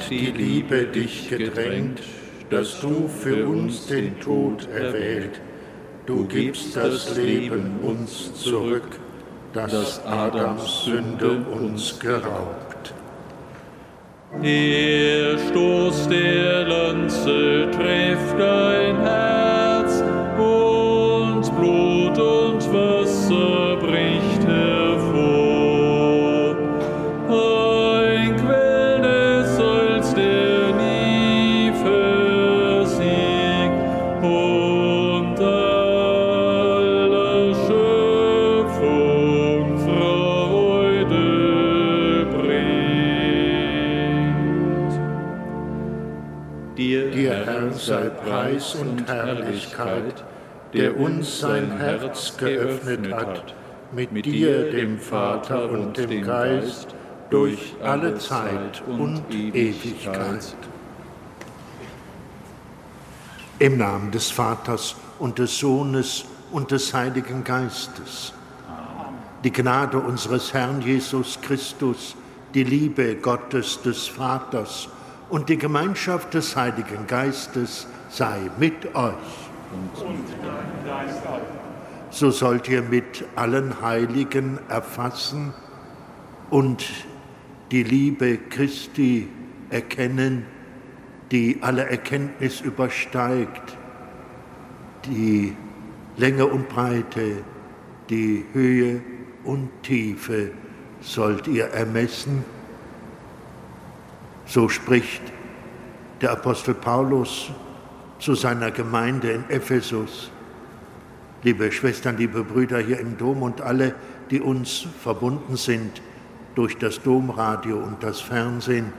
die Liebe dich gedrängt, dass du für uns den Tod erwählt. Du gibst das Leben uns zurück, das Adams Sünde uns geraubt. Der Stoß der Lanze trifft dein Herz, und Blut und Wasser bricht hervor. Ein Quell des Salz, der nie versiegt, und aller Schöpfung Freude bringt. Dir, Herr, sei Preis und Herrlichkeit, der uns sein Herz geöffnet hat, mit dir, dem Vater und dem Geist, durch alle Zeit und Ewigkeit. Im Namen des Vaters und des Sohnes und des Heiligen Geistes. Die Gnade unseres Herrn Jesus Christus, die Liebe Gottes des Vaters und die Gemeinschaft des Heiligen Geistes sei mit euch. So sollt ihr mit allen Heiligen erfassen und die Liebe Christi erkennen, die alle Erkenntnis übersteigt, die Länge und Breite, die Höhe und Tiefe sollt ihr ermessen. So spricht der Apostel Paulus zu seiner Gemeinde in Ephesus. Liebe Schwestern, liebe Brüder hier im Dom und alle, die uns verbunden sind durch das Domradio und das Fernsehen.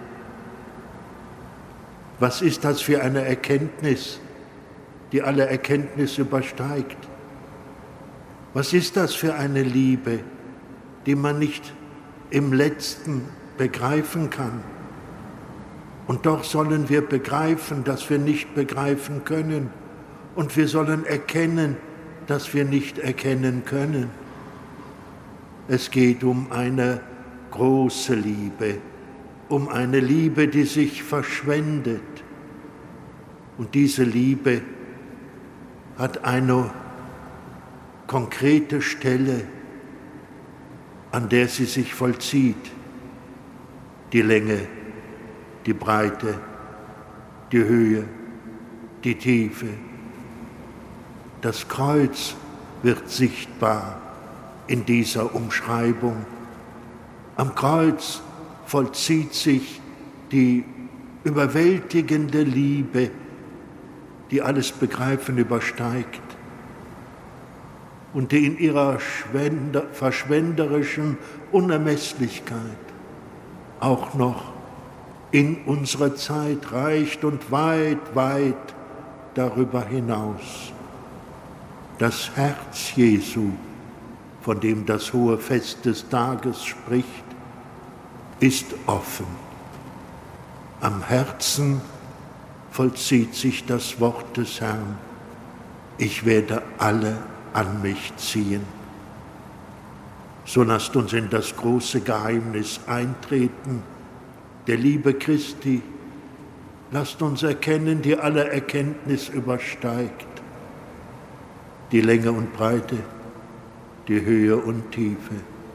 Was ist das für eine Erkenntnis, die alle Erkenntnis übersteigt? Was ist das für eine Liebe, die man nicht im Letzten begreifen kann? Und doch sollen wir begreifen, dass wir nicht begreifen können. Und wir sollen erkennen, dass wir nicht erkennen können. Es geht um eine große Liebe, um eine Liebe, die sich verschwendet. Und diese Liebe hat eine konkrete Stelle, an der sie sich vollzieht. Die Länge, die Breite, die Höhe, die Tiefe. Das Kreuz wird sichtbar in dieser Umschreibung. Am Kreuz vollzieht sich die überwältigende Liebe, die alles Begreifen übersteigt und die in ihrer verschwenderischen Unermesslichkeit auch noch in unsere Zeit reicht und weit, weit darüber hinaus. Das Herz Jesu, von dem das hohe Fest des Tages spricht, ist offen. Am Herzen vollzieht sich das Wort des Herrn: Ich werde alle an mich ziehen. So lasst uns in das große Geheimnis eintreten, der Liebe Christi. Lasst uns erkennen, die alle Erkenntnis übersteigt, die Länge und Breite, die Höhe und Tiefe.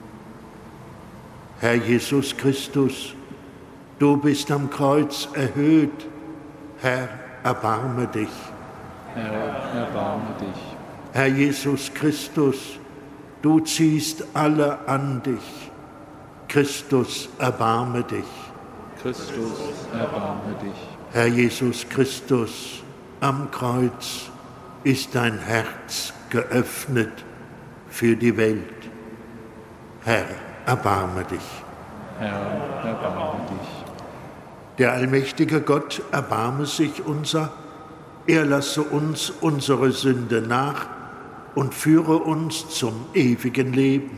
Herr Jesus Christus, du bist am Kreuz erhöht. Herr, erbarme dich. Herr, erbarme dich. Herr Jesus Christus, du ziehst alle an dich. Christus, erbarme dich. Christus, erbarme dich. Herr Jesus Christus, am Kreuz ist dein Herz geöffnet für die Welt. Herr, erbarme dich. Herr, erbarme dich. Der allmächtige Gott erbarme sich unser, er lasse uns unsere Sünde nach und führe uns zum ewigen Leben.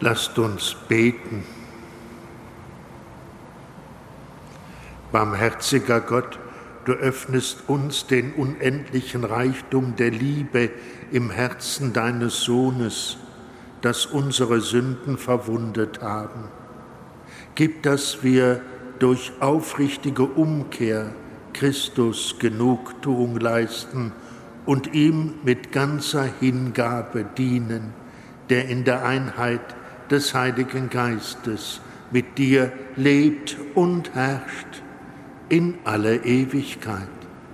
Lasst uns beten. Barmherziger Gott, du öffnest uns den unendlichen Reichtum der Liebe im Herzen deines Sohnes, das unsere Sünden verwundet haben. Gib, dass wir durch aufrichtige Umkehr Christus Genugtuung leisten und ihm mit ganzer Hingabe dienen, der in der Einheit des Heiligen Geistes mit dir lebt und herrscht in alle Ewigkeit.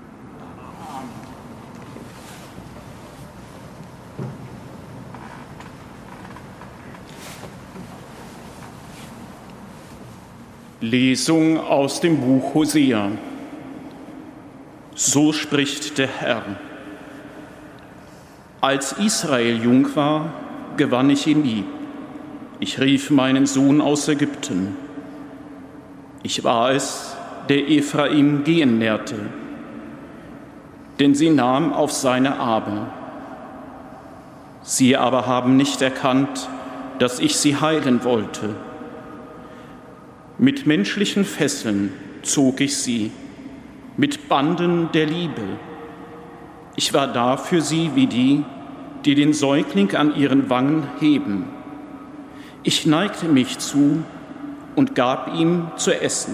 Lesung aus dem Buch Hosea. So spricht der Herr. Als Israel jung war, gewann ich ihn lieb. Ich rief meinen Sohn aus Ägypten. Ich war es, der Ephraim gehen lehrte, denn sie nahm auf seine Arme. Sie aber haben nicht erkannt, dass ich sie heilen wollte. Mit menschlichen Fesseln zog ich sie, mit Banden der Liebe. Ich war da für sie wie die, die den Säugling an ihren Wangen heben. Ich neigte mich zu und gab ihm zu essen.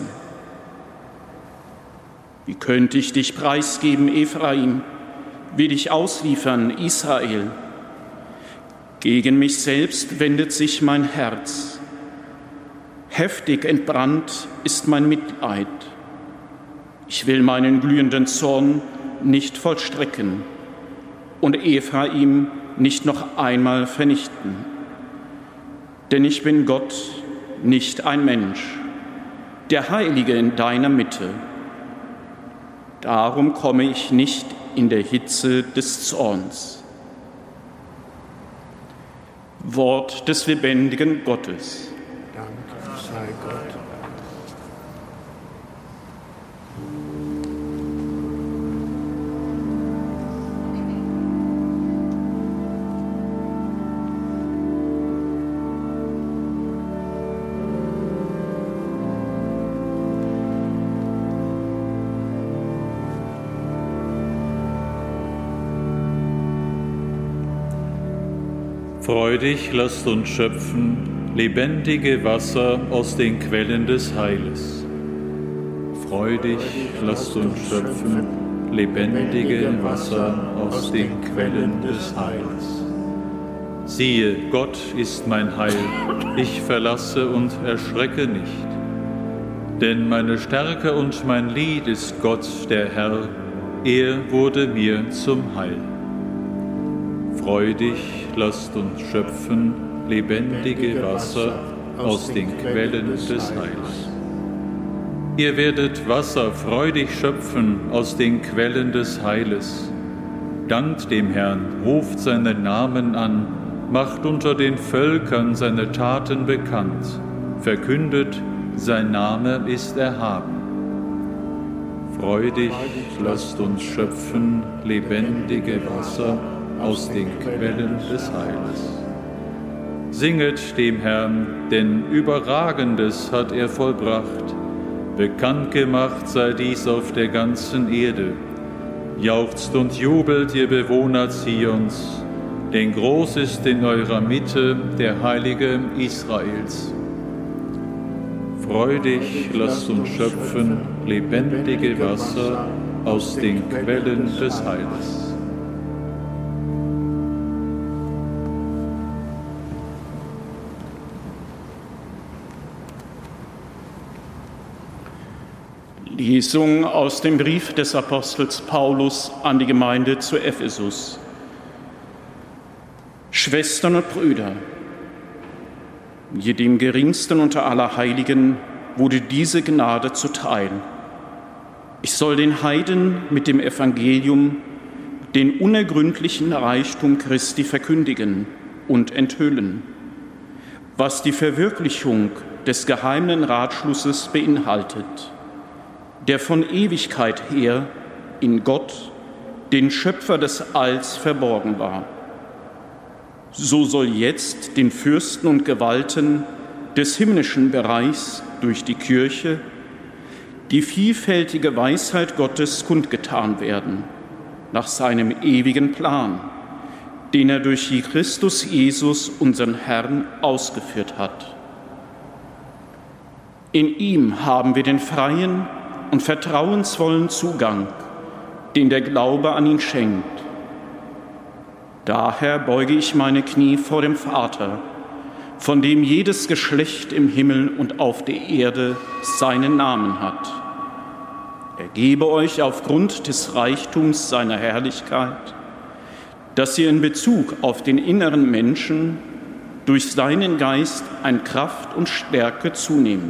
Wie könnte ich dich preisgeben, Ephraim, will dich ausliefern, Israel? Gegen mich selbst wendet sich mein Herz. Heftig entbrannt ist mein Mitleid. Ich will meinen glühenden Zorn nicht vollstrecken und Ephraim nicht noch einmal vernichten. Denn ich bin Gott, nicht ein Mensch, der Heilige in deiner Mitte. Darum komme ich nicht in der Hitze des Zorns. Wort des lebendigen Gottes. Dank sei Gott. Freudig lasst uns schöpfen lebendige Wasser aus den Quellen des Heiles. Freudig lasst uns schöpfen lebendige Wasser aus den Quellen des Heiles. Siehe, Gott ist mein Heil, ich verlasse und erschrecke nicht. Denn meine Stärke und mein Lied ist Gott, der Herr, er wurde mir zum Heil. Freudig lasst uns schöpfen lebendige Wasser aus den Quellen des Heils. Ihr werdet Wasser freudig schöpfen aus den Quellen des Heiles. Dankt dem Herrn, ruft seinen Namen an, macht unter den Völkern seine Taten bekannt, verkündet, sein Name ist erhaben. Freudig lasst uns schöpfen lebendige Wasser aus den Quellen des Heiles. Singet dem Herrn, denn Überragendes hat er vollbracht. Bekannt gemacht sei dies auf der ganzen Erde. Jauchzt und jubelt, ihr Bewohner Zions, denn groß ist in eurer Mitte der Heilige Israels. Freudig lasst uns schöpfen lebendige Wasser aus den Quellen des Heiles. Lesung aus dem Brief des Apostels Paulus an die Gemeinde zu Ephesus. Schwestern und Brüder, jedem Geringsten unter aller Heiligen wurde diese Gnade zuteil. Ich soll den Heiden mit dem Evangelium den unergründlichen Reichtum Christi verkündigen und enthüllen, was die Verwirklichung des geheimen Ratschlusses beinhaltet, der von Ewigkeit her in Gott, den Schöpfer des Alls, verborgen war. So soll jetzt den Fürsten und Gewalten des himmlischen Bereichs durch die Kirche die vielfältige Weisheit Gottes kundgetan werden, nach seinem ewigen Plan, den er durch Christus Jesus, unseren Herrn, ausgeführt hat. In ihm haben wir den freien und vertrauensvollen Zugang, den der Glaube an ihn schenkt. Daher beuge ich meine Knie vor dem Vater, von dem jedes Geschlecht im Himmel und auf der Erde seinen Namen hat. Er gebe euch aufgrund des Reichtums seiner Herrlichkeit, dass ihr in Bezug auf den inneren Menschen durch seinen Geist an Kraft und Stärke zunehmt.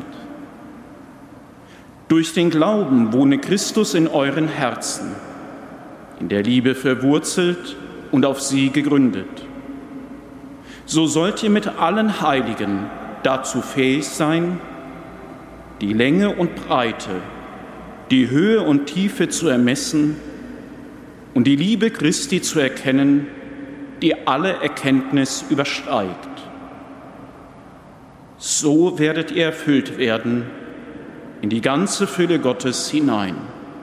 Durch den Glauben wohne Christus in euren Herzen, in der Liebe verwurzelt und auf sie gegründet. So sollt ihr mit allen Heiligen dazu fähig sein, die Länge und Breite, die Höhe und Tiefe zu ermessen und die Liebe Christi zu erkennen, die alle Erkenntnis übersteigt. So werdet ihr erfüllt werden in die ganze Fülle Gottes hinein.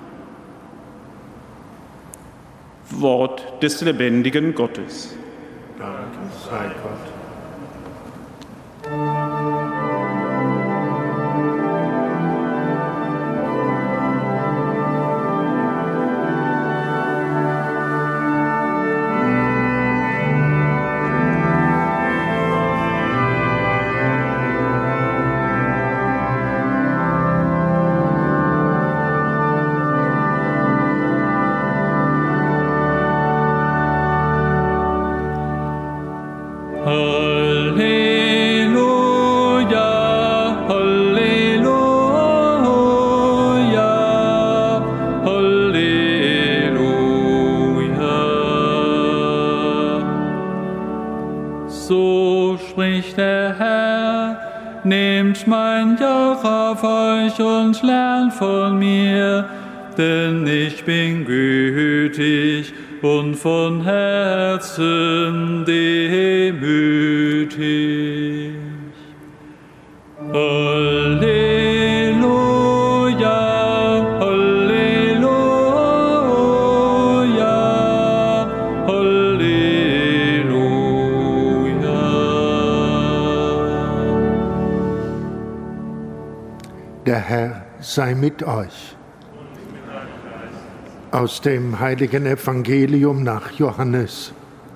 Wort des lebendigen Gottes. Dank sei Gott. So spricht der Herr, nehmt mein Joch auf euch und lernt von mir, denn ich bin gütig und von Herzen demütig. Halleluja, Halleluja, Halleluja. Der Herr sei mit euch. Aus dem heiligen Evangelium nach Johannes.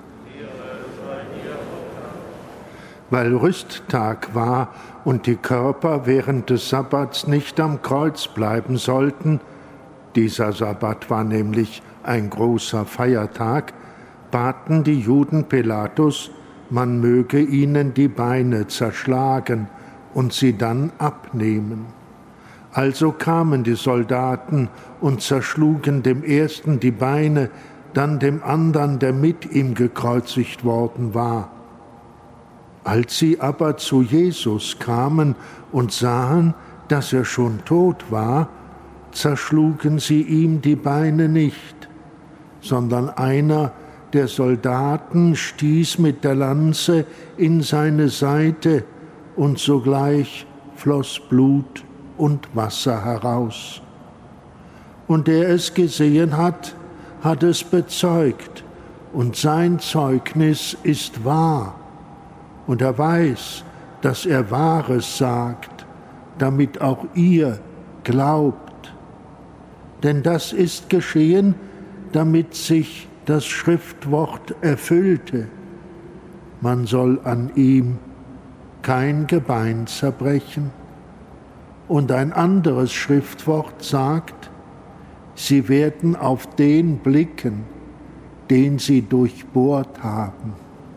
Weil Rüsttag war und die Körper während des Sabbats nicht am Kreuz bleiben sollten, dieser Sabbat war nämlich ein großer Feiertag, baten die Juden Pilatus, man möge ihnen die Beine zerschlagen und sie dann abnehmen. Also kamen die Soldaten und zerschlugen dem ersten die Beine, dann dem andern, der mit ihm gekreuzigt worden war. Als sie aber zu Jesus kamen und sahen, dass er schon tot war, zerschlugen sie ihm die Beine nicht, sondern einer der Soldaten stieß mit der Lanze in seine Seite, und sogleich floss Blut und Wasser heraus. Und der es gesehen hat, hat es bezeugt, und sein Zeugnis ist wahr. Und er weiß, dass er Wahres sagt, damit auch ihr glaubt. Denn das ist geschehen, damit sich das Schriftwort erfüllte. Man soll an ihm kein Gebein zerbrechen. Und ein anderes Schriftwort sagt, sie werden auf den blicken, den sie durchbohrt haben.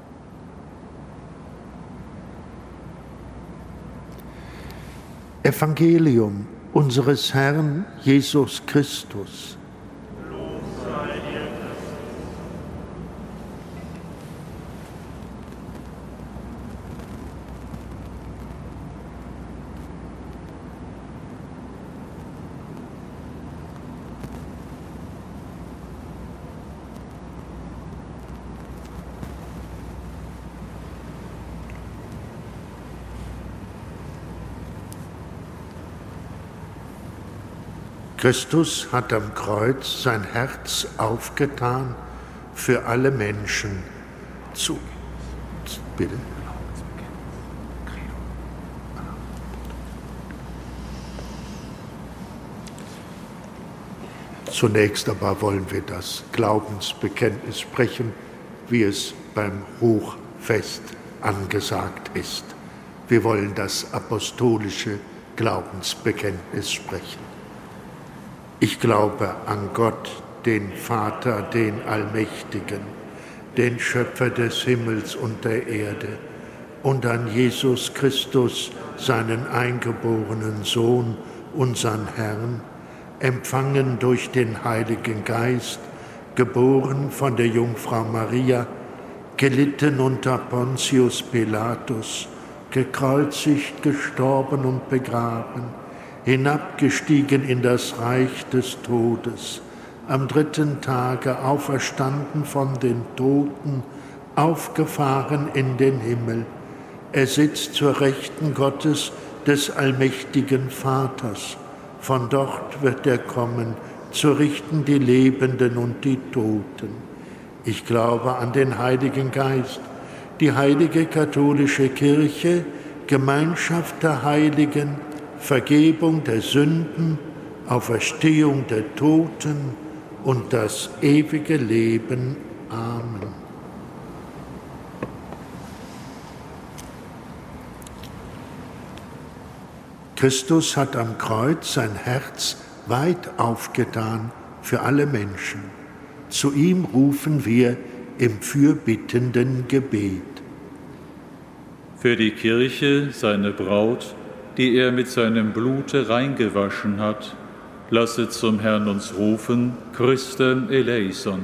Evangelium unseres Herrn Jesus Christus. Christus hat am Kreuz sein Herz aufgetan für alle Menschen. Bitte? Zunächst aber wollen wir das Glaubensbekenntnis sprechen, wie es beim Hochfest angesagt ist. Wir wollen das apostolische Glaubensbekenntnis sprechen. Ich glaube an Gott, den Vater, den Allmächtigen, den Schöpfer des Himmels und der Erde, und an Jesus Christus, seinen eingeborenen Sohn, unseren Herrn, empfangen durch den Heiligen Geist, geboren von der Jungfrau Maria, gelitten unter Pontius Pilatus, gekreuzigt, gestorben und begraben, hinabgestiegen in das Reich des Todes, am 3. Tage auferstanden von den Toten, aufgefahren in den Himmel. Er sitzt zur Rechten Gottes, des allmächtigen Vaters. Von dort wird er kommen, zu richten die Lebenden und die Toten. Ich glaube an den Heiligen Geist, die heilige katholische Kirche, Gemeinschaft der Heiligen, Vergebung der Sünden, Auferstehung der Toten und das ewige Leben. Amen. Christus hat am Kreuz sein Herz weit aufgetan für alle Menschen. Zu ihm rufen wir im fürbittenden Gebet. Für die Kirche, seine Braut, die er mit seinem Blute reingewaschen hat, lasset zum Herrn uns rufen, Christe eleison.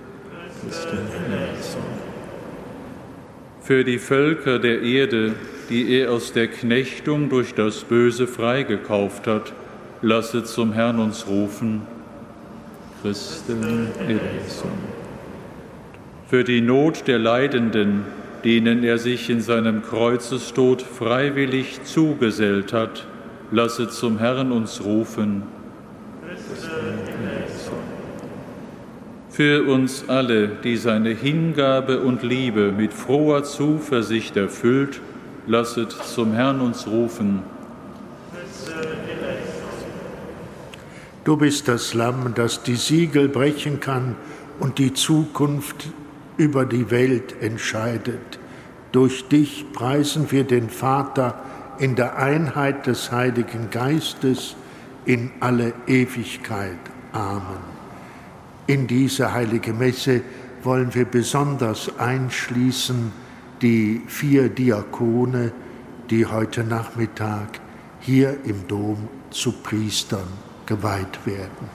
Für die Völker der Erde, die er aus der Knechtung durch das Böse freigekauft hat, lasset zum Herrn uns rufen, Christe eleison. Für die Not der Leidenden, denen er sich in seinem Kreuzestod freiwillig zugesellt hat, lasset zum Herrn uns rufen, Christe eleison. Für uns alle, die seine Hingabe und Liebe mit froher Zuversicht erfüllt, lasset zum Herrn uns rufen. Du bist das Lamm, das die Siegel brechen kann und die Zukunft über die Welt entscheidet. Durch dich preisen wir den Vater in der Einheit des Heiligen Geistes in alle Ewigkeit. Amen. In diese heilige Messe wollen wir besonders einschließen die 4 Diakone, die heute Nachmittag hier im Dom zu Priestern geweiht werden.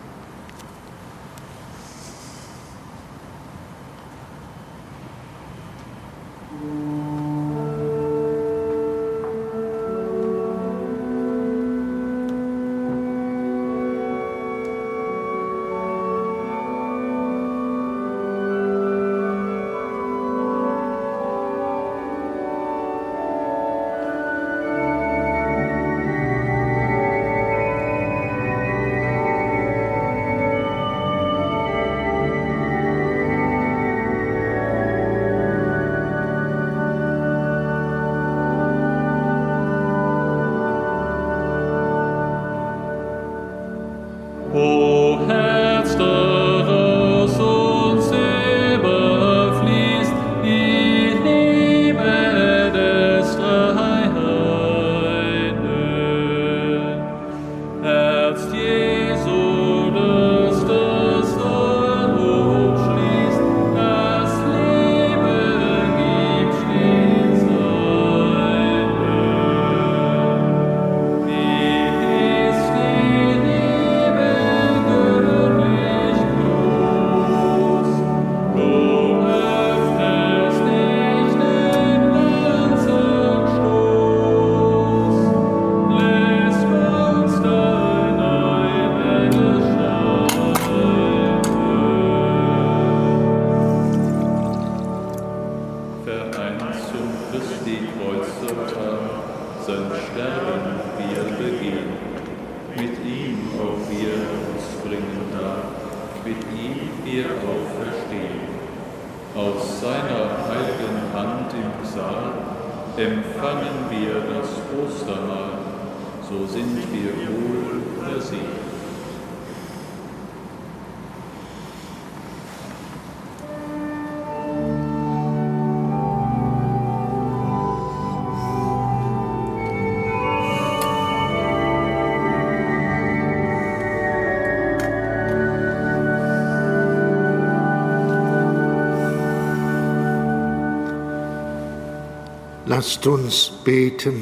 mit ihm auch wir uns bringen darf, mit ihm wir auferstehen. Aus seiner heiligen Hand im Saal empfangen wir das Ostermahl, so sind wir wohl versiegt. Lasst uns beten.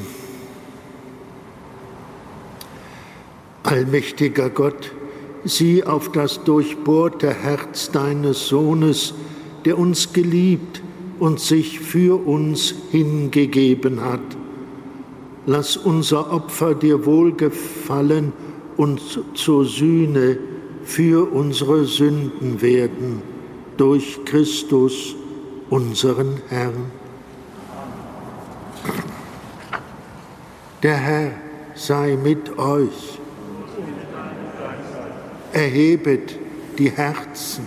Allmächtiger Gott, sieh auf das durchbohrte Herz deines Sohnes, der uns geliebt und sich für uns hingegeben hat. Lass unser Opfer dir wohlgefallen und zur Sühne für unsere Sünden werden, durch Christus, unseren Herrn. Der Herr sei mit euch. Erhebet die Herzen.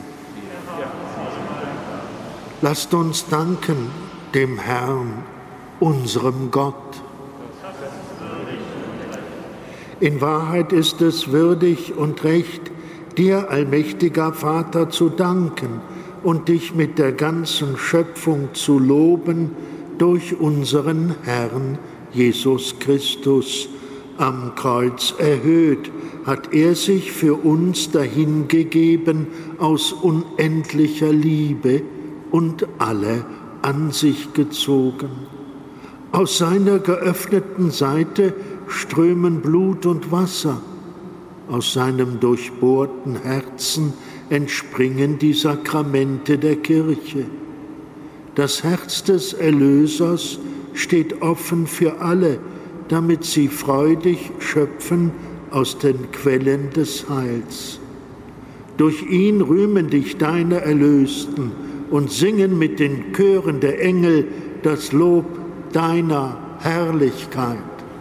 Lasst uns danken dem Herrn, unserem Gott. In Wahrheit ist es würdig und recht, dir, allmächtiger Vater, zu danken und dich mit der ganzen Schöpfung zu loben durch unseren Herrn Jesus Christus. Am Kreuz erhöht hat er sich für uns dahingegeben aus unendlicher Liebe und alle an sich gezogen. Aus seiner geöffneten Seite strömen Blut und Wasser. Aus seinem durchbohrten Herzen entspringen die Sakramente der Kirche. Das Herz des Erlösers steht offen für alle, damit sie freudig schöpfen aus den Quellen des Heils. Durch ihn rühmen dich deine Erlösten und singen mit den Chören der Engel das Lob deiner Herrlichkeit.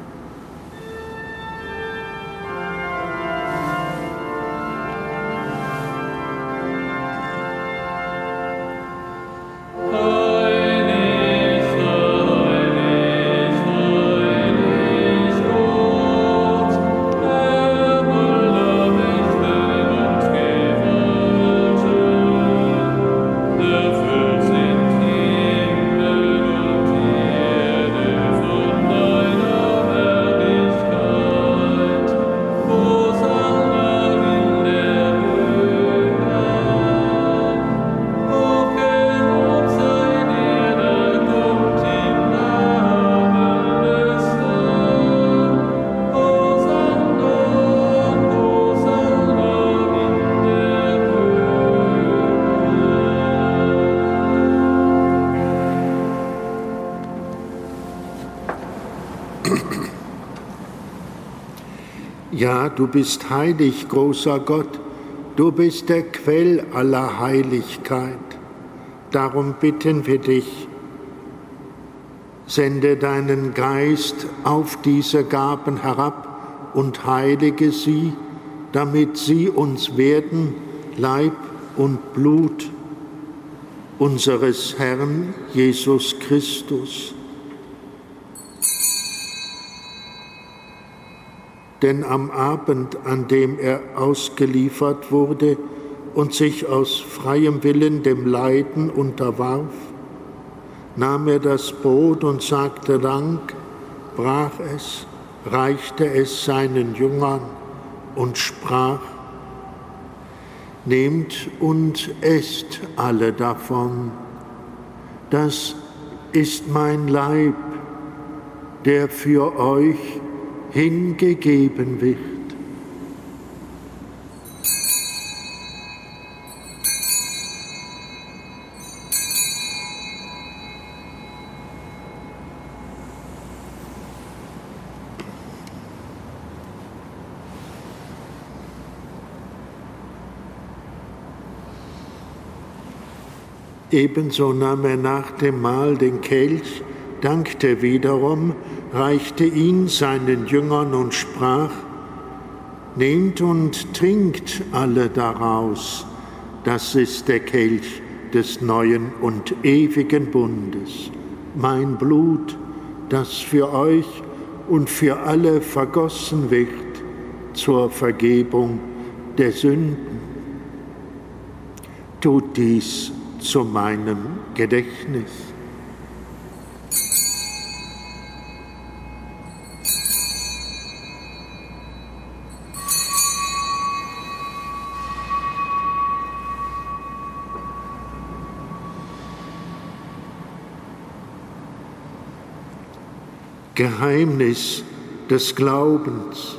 Ja, du bist heilig, großer Gott, du bist der Quell aller Heiligkeit. Darum bitten wir dich, sende deinen Geist auf diese Gaben herab und heilige sie, damit sie uns werden, Leib und Blut unseres Herrn Jesus Christus. Denn am Abend, an dem er ausgeliefert wurde und sich aus freiem Willen dem Leiden unterwarf, nahm er das Brot und sagte Dank, brach es, reichte es seinen Jüngern und sprach: Nehmt und esst alle davon. Das ist mein Leib, der für euch hingegeben wird. Ebenso nahm er nach dem Mahl den Kelch, dankte wiederum, reichte ihn seinen Jüngern und sprach: Nehmt und trinkt alle daraus, das ist der Kelch des neuen und ewigen Bundes, mein Blut, das für euch und für alle vergossen wird zur Vergebung der Sünden. Tut dies zu meinem Gedächtnis. Geheimnis des Glaubens.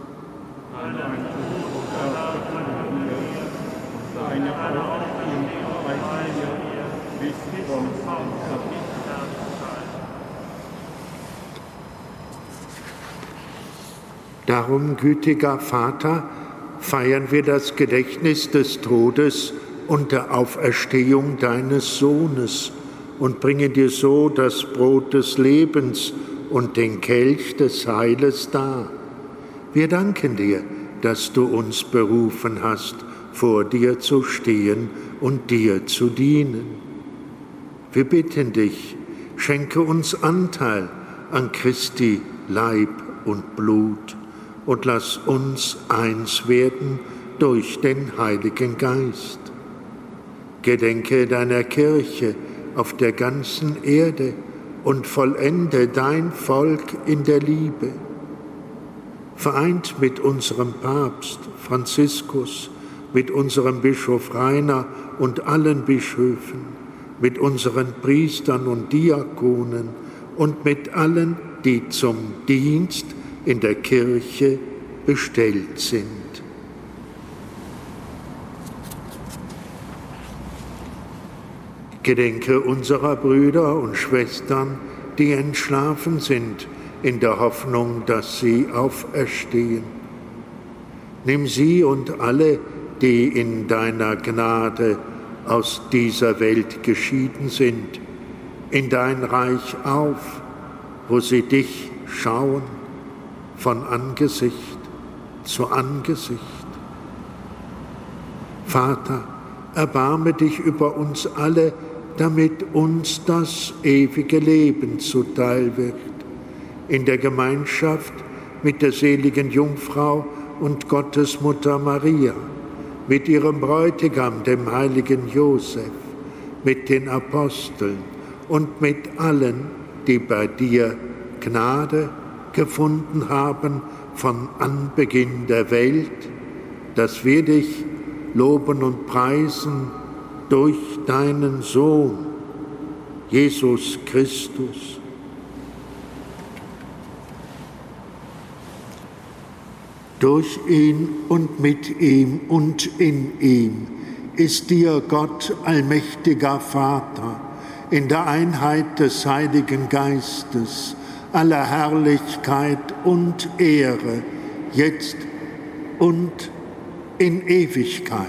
Darum, gütiger Vater, feiern wir das Gedächtnis des Todes und der Auferstehung deines Sohnes und bringen dir so das Brot des Lebens und den Kelch des Heiles dar. Wir danken dir, dass du uns berufen hast, vor dir zu stehen und dir zu dienen. Wir bitten dich, schenke uns Anteil an Christi Leib und Blut und lass uns eins werden durch den Heiligen Geist. Gedenke deiner Kirche auf der ganzen Erde und vollende dein Volk in der Liebe. Vereint mit unserem Papst Franziskus, mit unserem Bischof Rainer und allen Bischöfen, mit unseren Priestern und Diakonen und mit allen, die zum Dienst in der Kirche bestellt sind. Gedenke unserer Brüder und Schwestern, die entschlafen sind, in der Hoffnung, dass sie auferstehen. Nimm sie und alle, die in deiner Gnade aus dieser Welt geschieden sind, in dein Reich auf, wo sie dich schauen, von Angesicht zu Angesicht. Vater, erbarme dich über uns alle, damit uns das ewige Leben zuteil wird. In der Gemeinschaft mit der seligen Jungfrau und Gottesmutter Maria, mit ihrem Bräutigam, dem heiligen Josef, mit den Aposteln und mit allen, die bei dir Gnade gefunden haben von Anbeginn der Welt, dass wir dich loben und preisen durch deinen Sohn, Jesus Christus. Durch ihn und mit ihm und in ihm ist dir Gott, allmächtiger Vater, in der Einheit des Heiligen Geistes, aller Herrlichkeit und Ehre, jetzt und in Ewigkeit.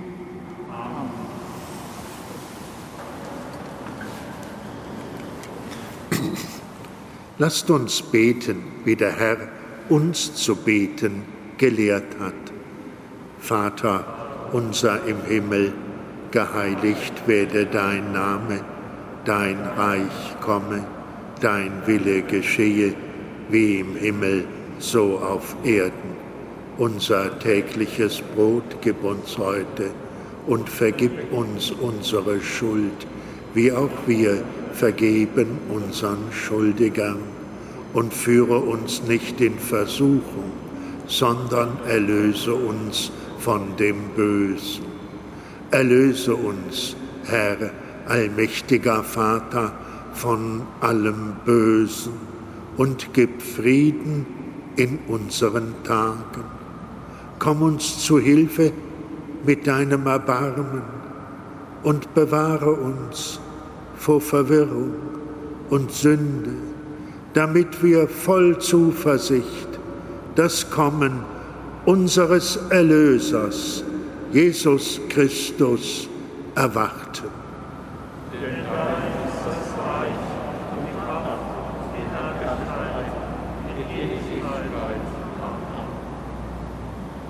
Lasst uns beten, wie der Herr uns zu beten gelehrt hat. Vater unser im Himmel, geheiligt werde dein Name, dein Reich komme, dein Wille geschehe, wie im Himmel, so auf Erden. Unser tägliches Brot gib uns heute und vergib uns unsere Schuld, wie auch wir vergeben unseren Schuldigern. Und führe uns nicht in Versuchung, sondern erlöse uns von dem Bösen. Erlöse uns, Herr, allmächtiger Vater, von allem Bösen und gib Frieden in unseren Tagen. Komm uns zu Hilfe mit deinem Erbarmen und bewahre uns vor Verwirrung und Sünde, damit wir voll Zuversicht das Kommen unseres Erlösers, Jesus Christus, erwarten. Denn dein ist das Reich und die Kraft und die Herrlichkeit in Ewigkeit. Amen.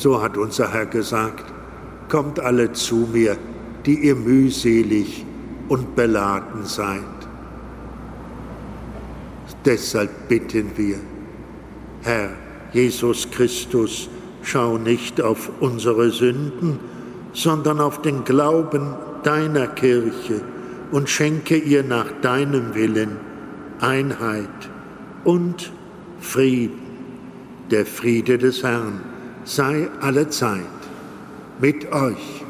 So hat unser Herr gesagt, kommt alle zu mir, die ihr mühselig und beladen seid. Deshalb bitten wir, Herr Jesus Christus, schau nicht auf unsere Sünden, sondern auf den Glauben deiner Kirche und schenke ihr nach deinem Willen Einheit und Frieden. Der Friede des Herrn sei allezeit mit euch.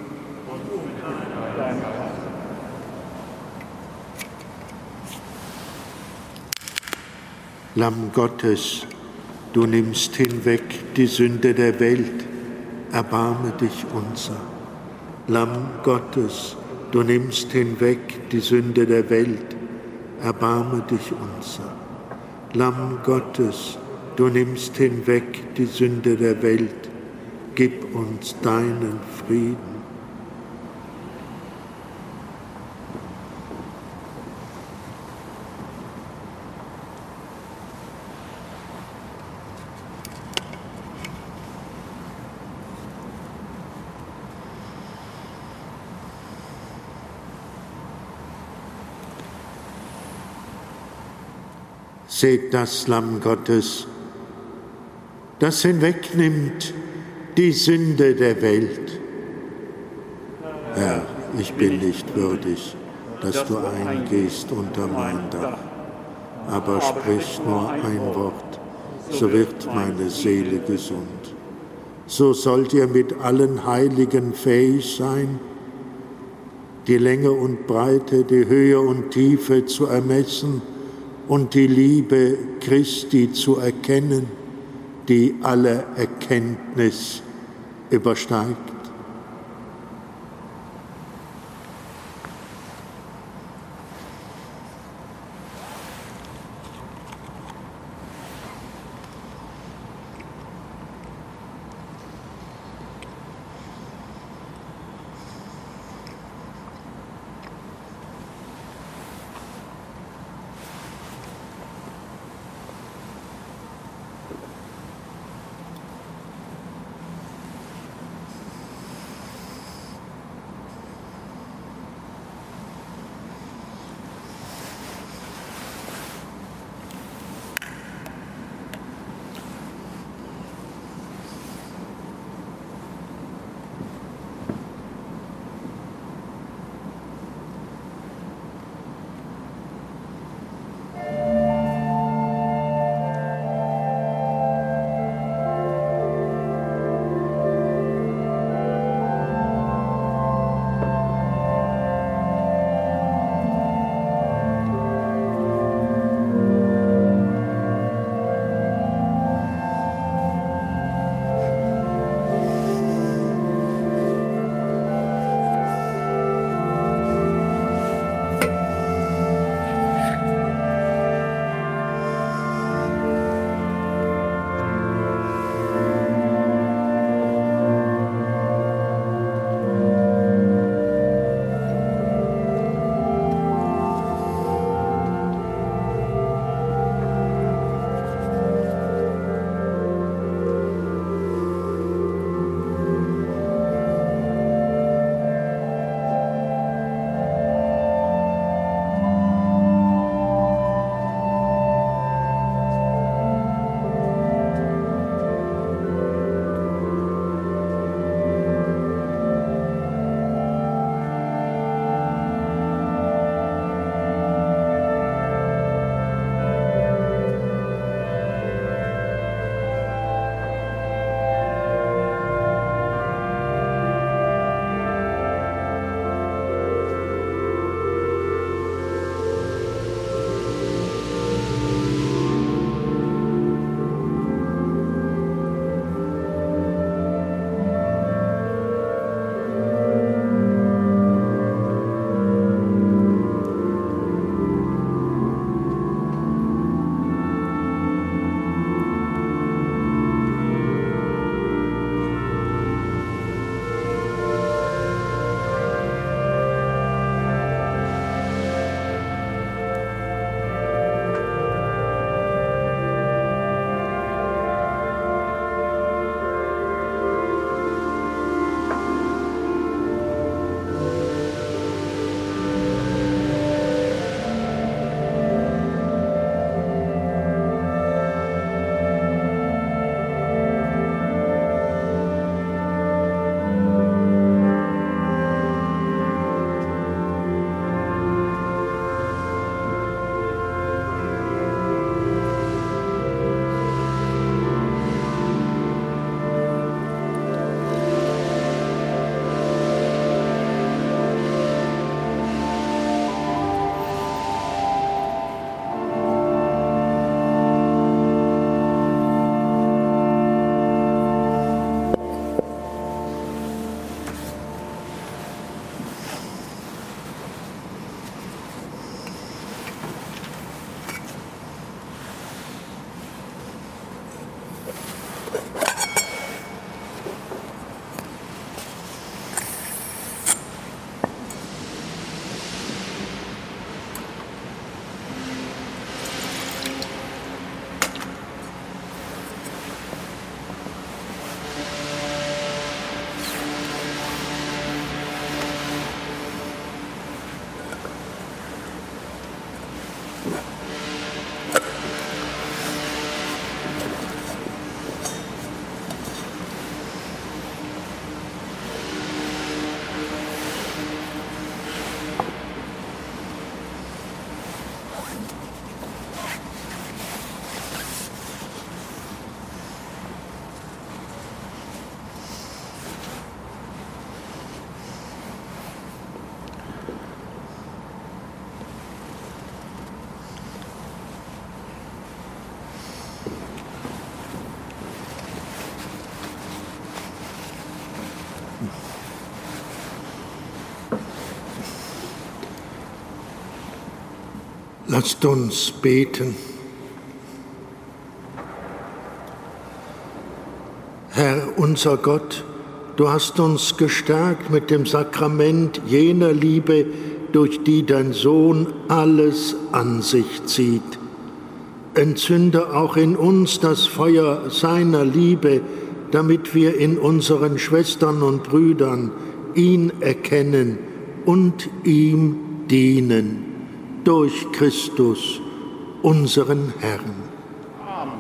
Lamm Gottes, du nimmst hinweg die Sünde der Welt, erbarme dich unser. Lamm Gottes, du nimmst hinweg die Sünde der Welt, erbarme dich unser. Lamm Gottes, du nimmst hinweg die Sünde der Welt, gib uns deinen Frieden. Seht das Lamm Gottes, das hinwegnimmt die Sünde der Welt. Herr, ich bin nicht würdig, dass du eingehst unter mein Dach, aber sprich nur ein Wort, so wird meine Seele gesund. So sollt ihr mit allen Heiligen fähig sein, die Länge und Breite, die Höhe und Tiefe zu ermessen und die Liebe Christi zu erkennen, die alle Erkenntnis übersteigt. Lasst uns beten. Herr, unser Gott, du hast uns gestärkt mit dem Sakrament jener Liebe, durch die dein Sohn alles an sich zieht. Entzünde auch in uns das Feuer seiner Liebe, damit wir in unseren Schwestern und Brüdern ihn erkennen und ihm dienen. Durch Christus, unseren Herrn. Amen.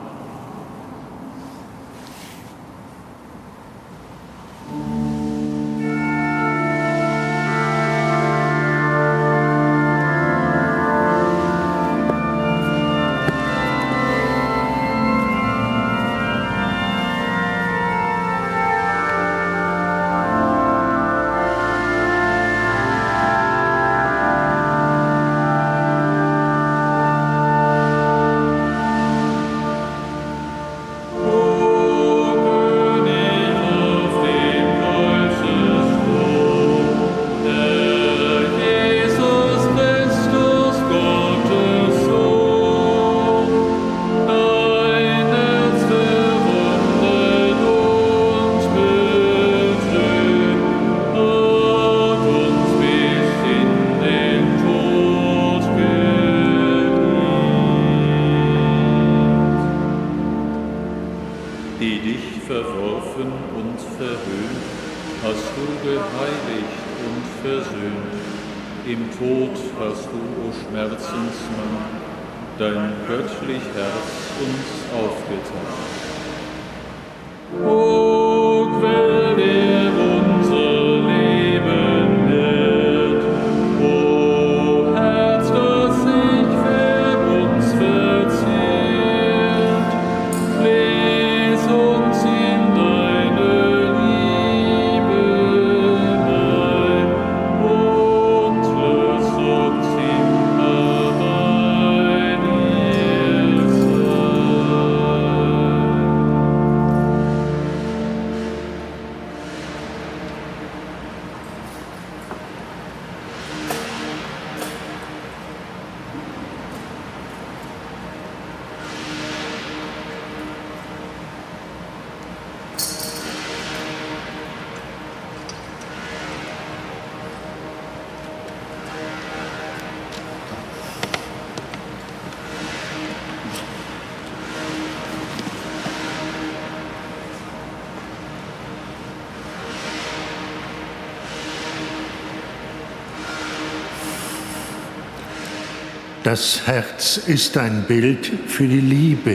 Das Herz ist ein Bild für die Liebe,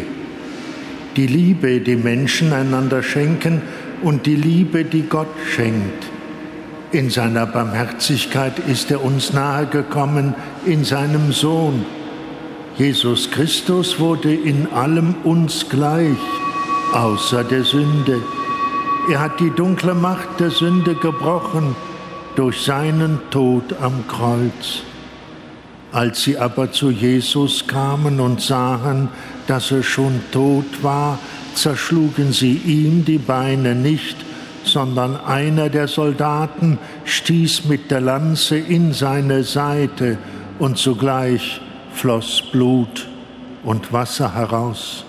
die Menschen einander schenken und die Liebe, die Gott schenkt. In seiner Barmherzigkeit ist er uns nahegekommen in seinem Sohn. Jesus Christus wurde in allem uns gleich, außer der Sünde. Er hat die dunkle Macht der Sünde gebrochen durch seinen Tod am Kreuz. Als sie aber zu Jesus kamen und sahen, dass er schon tot war, zerschlugen sie ihm die Beine nicht, sondern einer der Soldaten stieß mit der Lanze in seine Seite, und sogleich floss Blut und Wasser heraus.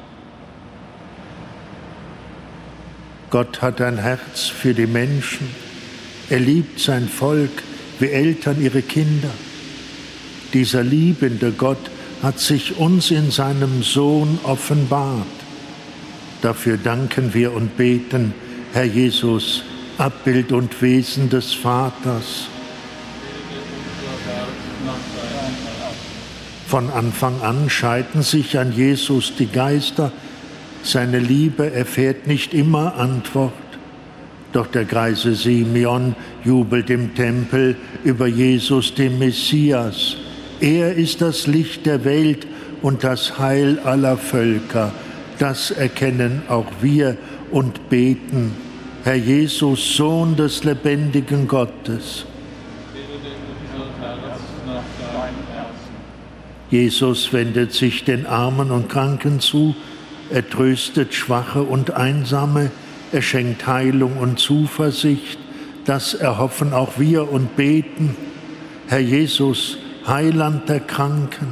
Gott hat ein Herz für die Menschen. Er liebt sein Volk wie Eltern ihre Kinder. Dieser liebende Gott hat sich uns in seinem Sohn offenbart. Dafür danken wir und beten, Herr Jesus, Abbild und Wesen des Vaters. Von Anfang an scheiden sich an Jesus die Geister. Seine Liebe erfährt nicht immer Antwort. Doch der greise Simeon jubelt im Tempel über Jesus, den Messias. Er ist das Licht der Welt und das Heil aller Völker. Das erkennen auch wir und beten. Herr Jesus, Sohn des lebendigen Gottes. Jesus wendet sich den Armen und Kranken zu, er tröstet Schwache und Einsame, er schenkt Heilung und Zuversicht, das erhoffen auch wir und beten. Herr Jesus, Heiland der Kranken.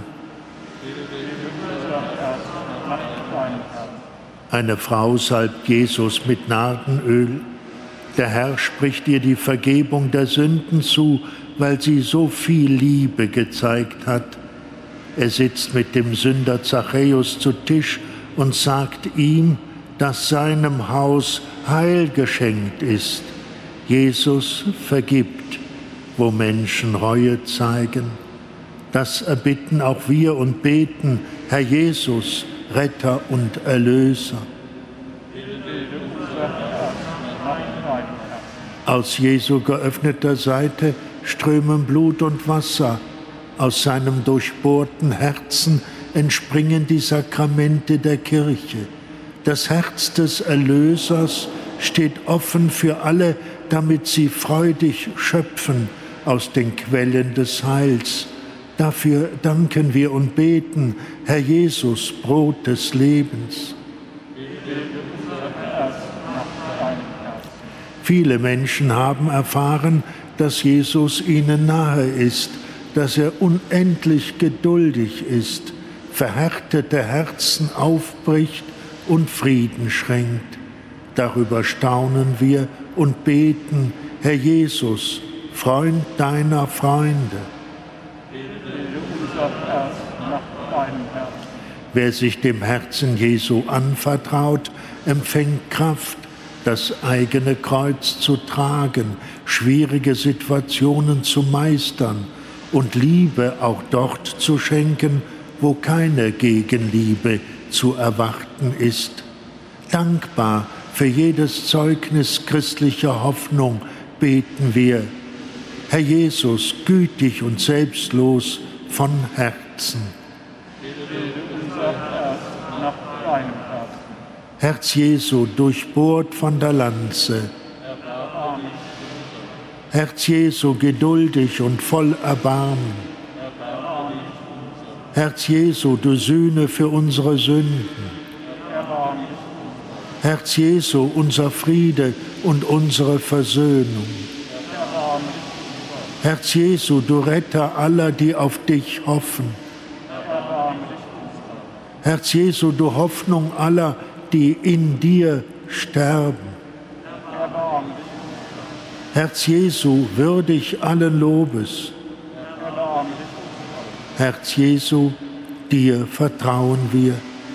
Eine Frau salbt Jesus mit Nardenöl. Der Herr spricht ihr die Vergebung der Sünden zu, weil sie so viel Liebe gezeigt hat. Er sitzt mit dem Sünder Zachäus zu Tisch und sagt ihm, dass seinem Haus Heil geschenkt ist. Jesus vergibt, wo Menschen Reue zeigen. Das erbitten auch wir und beten, Herr Jesus, Retter und Erlöser. Aus Jesu geöffneter Seite strömen Blut und Wasser. Aus seinem durchbohrten Herzen entspringen die Sakramente der Kirche. Das Herz des Erlösers steht offen für alle, damit sie freudig schöpfen aus den Quellen des Heils. Dafür danken wir und beten, Herr Jesus, Brot des Lebens. Viele Menschen haben erfahren, dass Jesus ihnen nahe ist, dass er unendlich geduldig ist, verhärtete Herzen aufbricht und Frieden schenkt. Darüber staunen wir und beten, Herr Jesus, Freund deiner Freunde. Wer sich dem Herzen Jesu anvertraut, empfängt Kraft, das eigene Kreuz zu tragen, schwierige Situationen zu meistern und Liebe auch dort zu schenken, wo keine Gegenliebe zu erwarten ist. Dankbar für jedes Zeugnis christlicher Hoffnung beten wir, Herr Jesus, gütig und selbstlos von Herzen. Herz Jesu, durchbohrt von der Lanze. Herz Jesu, geduldig und voll Erbarmen. Herz Jesu, du Sühne für unsere Sünden. Herz Jesu, unser Friede und unsere Versöhnung. Herz Jesu, du Retter aller, die auf dich hoffen. Herz Jesu, du Hoffnung aller, die in dir sterben. Herz Jesu, würdig allen Lobes. Herz Jesu, dir vertrauen wir.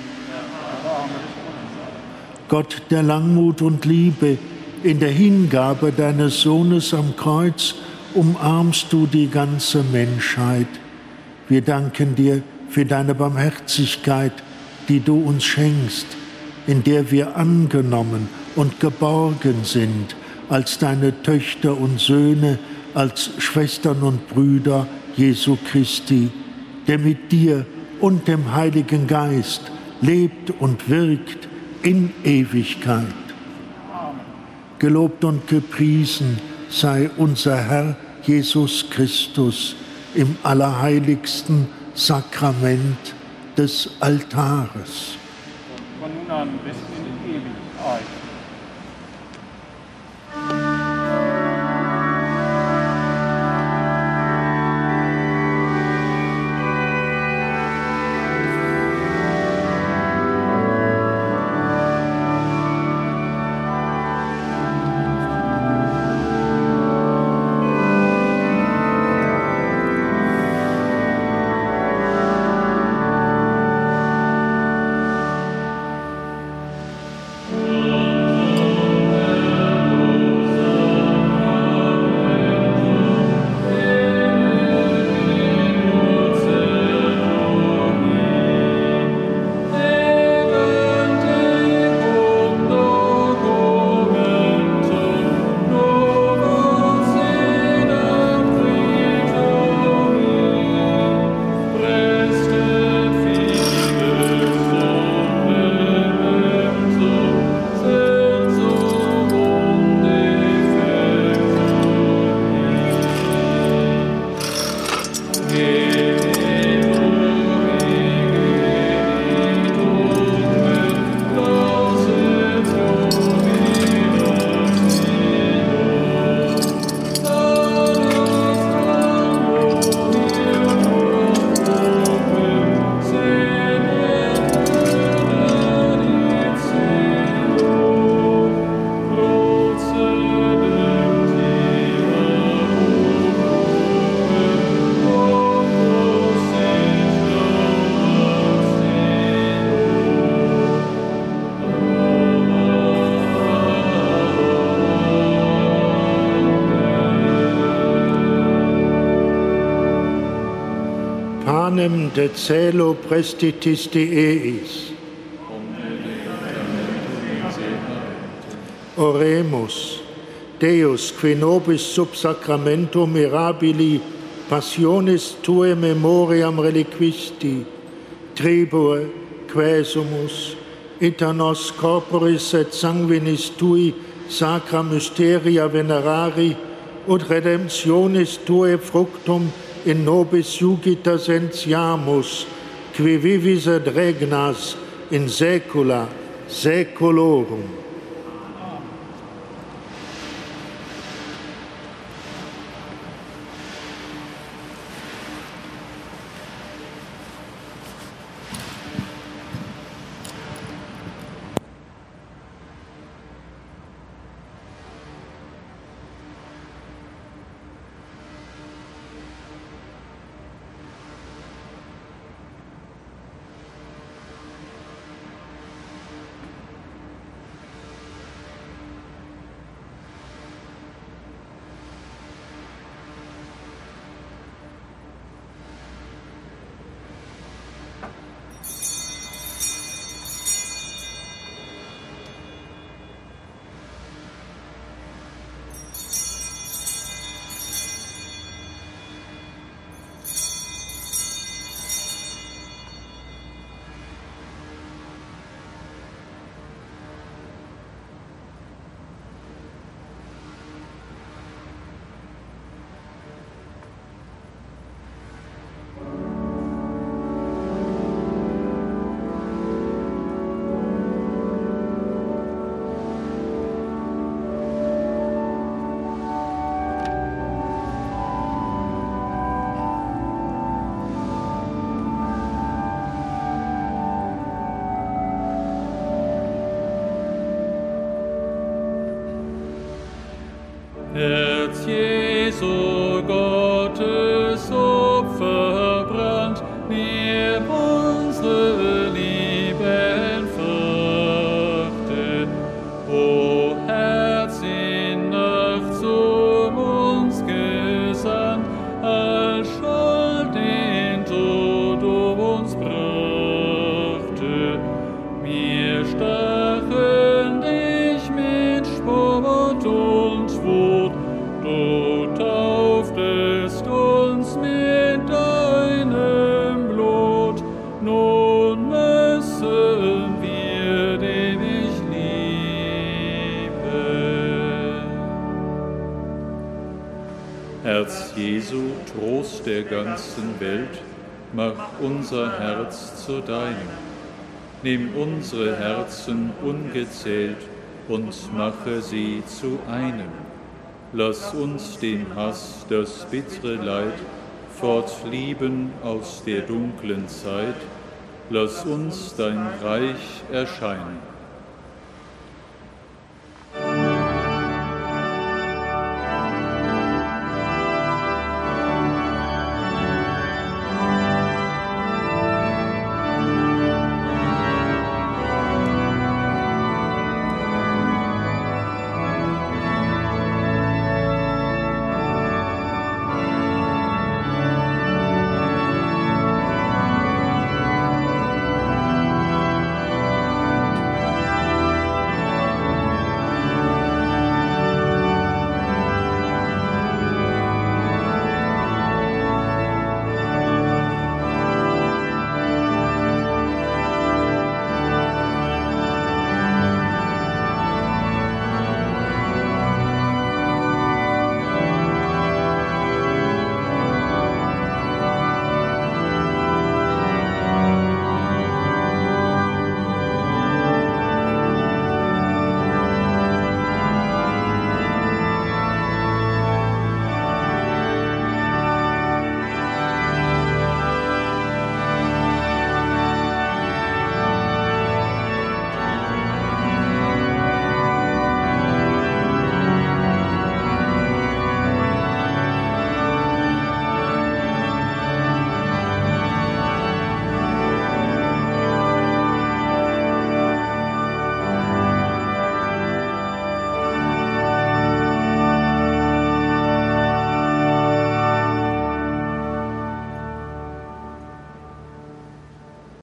Gott der Langmut und Liebe, in der Hingabe deines Sohnes am Kreuz umarmst du die ganze Menschheit. Wir danken dir für deine Barmherzigkeit, die du uns schenkst, in der wir angenommen und geborgen sind, als deine Töchter und Söhne, als Schwestern und Brüder Jesu Christi, der mit dir und dem Heiligen Geist lebt und wirkt in Ewigkeit. Gelobt und gepriesen sei unser Herr Jesus Christus im allerheiligsten Sakrament des Altares. Von nun an bis in Ewigkeit. panem de celo prestitis de eis. Oremus, Deus, qui nobis sub sacramento mirabili passionis Tuae memoriam reliquisti, tribue, quesumus, ita nos corporis et sanguinis Tui sacra mysteria venerari, ut redemptionis Tuae fructum in nobis jugita sentiamus, qui vivis et regnas in saecula saeculorum. Herz Jesu, Gottes Opfer brannt, mir unsere lieben Früchte. O Herz in Nacht zu uns gesandt, als Schuld den Tod uns brachte. Wir stachen dich mit Spott und Wut, du tauftest uns mit deinem Blut, nun müssen wir dich lieben. Herz Jesu, Trost der ganzen Welt, mach unser Herz zu deinem. Nimm unsere Herzen ungezählt und mache sie zu einem. Lass uns den Hass, das bittere Leid, fortlieben aus der dunklen Zeit. Lass uns dein Reich erscheinen.